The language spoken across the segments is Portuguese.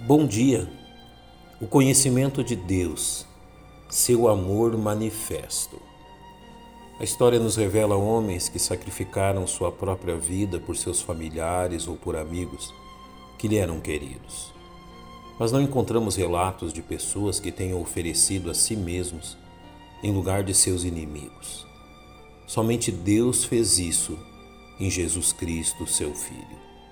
Bom dia. O conhecimento de Deus, seu amor manifesto. A história nos revela homens que sacrificaram sua própria vida por seus familiares ou por amigos que lhe eram queridos. Mas não encontramos relatos de pessoas que tenham oferecido a si mesmos em lugar de seus inimigos. Somente Deus fez isso em Jesus Cristo, seu Filho.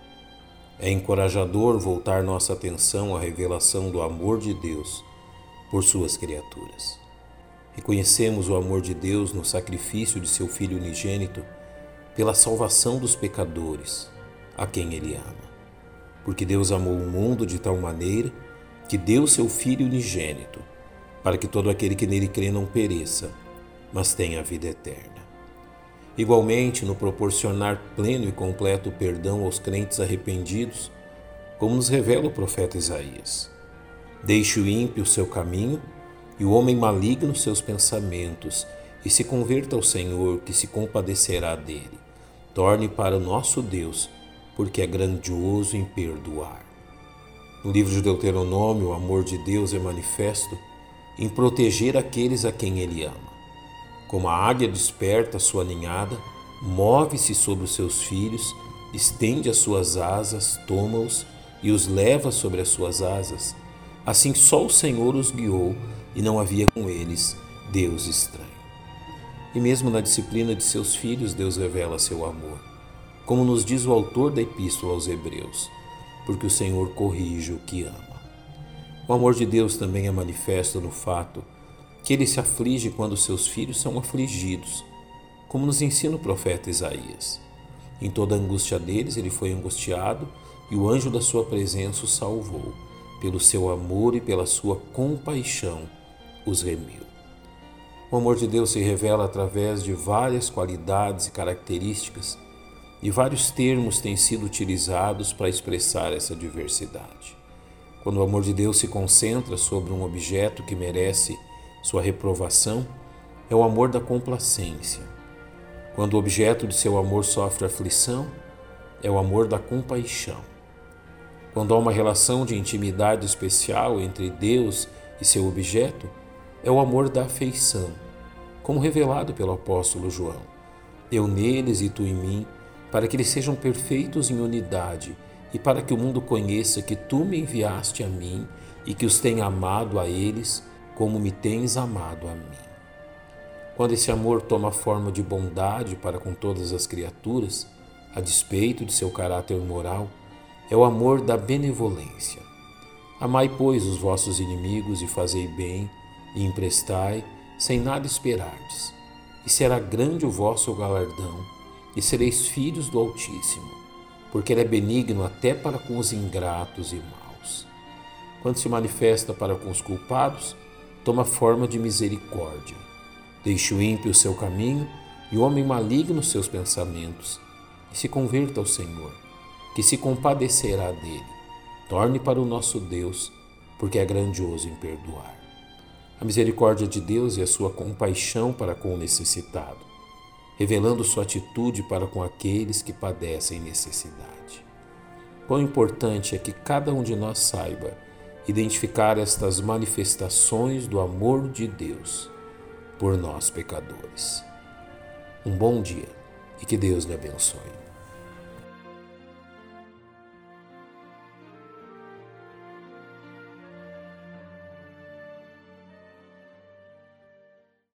É encorajador voltar nossa atenção à revelação do amor de Deus por suas criaturas. Reconhecemos o amor de Deus no sacrifício de seu Filho unigênito pela salvação dos pecadores, a quem Ele ama. Porque Deus amou o mundo de tal maneira que deu seu Filho unigênito, para que todo aquele que nele crê não pereça, mas tenha a vida eterna. Igualmente, no proporcionar pleno e completo perdão aos crentes arrependidos, como nos revela o profeta Isaías. Deixe o ímpio o seu caminho e o homem maligno seus pensamentos, e se converta ao Senhor, que se compadecerá dele. Torne para o nosso Deus, porque é grandioso em perdoar. No livro de Deuteronômio, o amor de Deus é manifesto em proteger aqueles a quem Ele ama. Como a águia desperta sua ninhada, move-se sobre os seus filhos, estende as suas asas, toma-os e os leva sobre as suas asas. Assim só o Senhor os guiou e não havia com eles Deus estranho. E mesmo na disciplina de seus filhos, Deus revela seu amor, como nos diz o autor da Epístola aos Hebreus, porque o Senhor corrige o que ama. O amor de Deus também é manifesto no fato que Ele se aflige quando seus filhos são afligidos, como nos ensina o profeta Isaías. Em toda a angústia deles, Ele foi angustiado e o anjo da sua presença os salvou. Pelo seu amor e pela sua compaixão os remiu. O amor de Deus se revela através de várias qualidades e características, e vários termos têm sido utilizados para expressar essa diversidade. Quando o amor de Deus se concentra sobre um objeto que merece sua reprovação, é o amor da complacência. Quando o objeto de seu amor sofre aflição, é o amor da compaixão. Quando há uma relação de intimidade especial entre Deus e seu objeto, é o amor da afeição, como revelado pelo apóstolo João. Eu neles e tu em mim, para que eles sejam perfeitos em unidade e para que o mundo conheça que tu me enviaste a mim e que os tenha amado a eles como me tens amado a mim. Quando esse amor toma forma de bondade para com todas as criaturas, a despeito de seu caráter moral, é o amor da benevolência. Amai, pois, os vossos inimigos e fazei bem, e emprestai, sem nada esperardes. E será grande o vosso galardão, e sereis filhos do Altíssimo, porque Ele é benigno até para com os ingratos e maus. Quando se manifesta para com os culpados, toma forma de misericórdia. Deixe o ímpio o seu caminho e o homem maligno os seus pensamentos, e se converta ao Senhor, que se compadecerá dele. Torne para o nosso Deus, porque é grandioso em perdoar. A misericórdia de Deus e a sua compaixão para com o necessitado, revelando sua atitude para com aqueles que padecem necessidade. Quão importante é que cada um de nós saiba identificar estas manifestações do amor de Deus por nós pecadores. Um bom dia e que Deus lhe abençoe.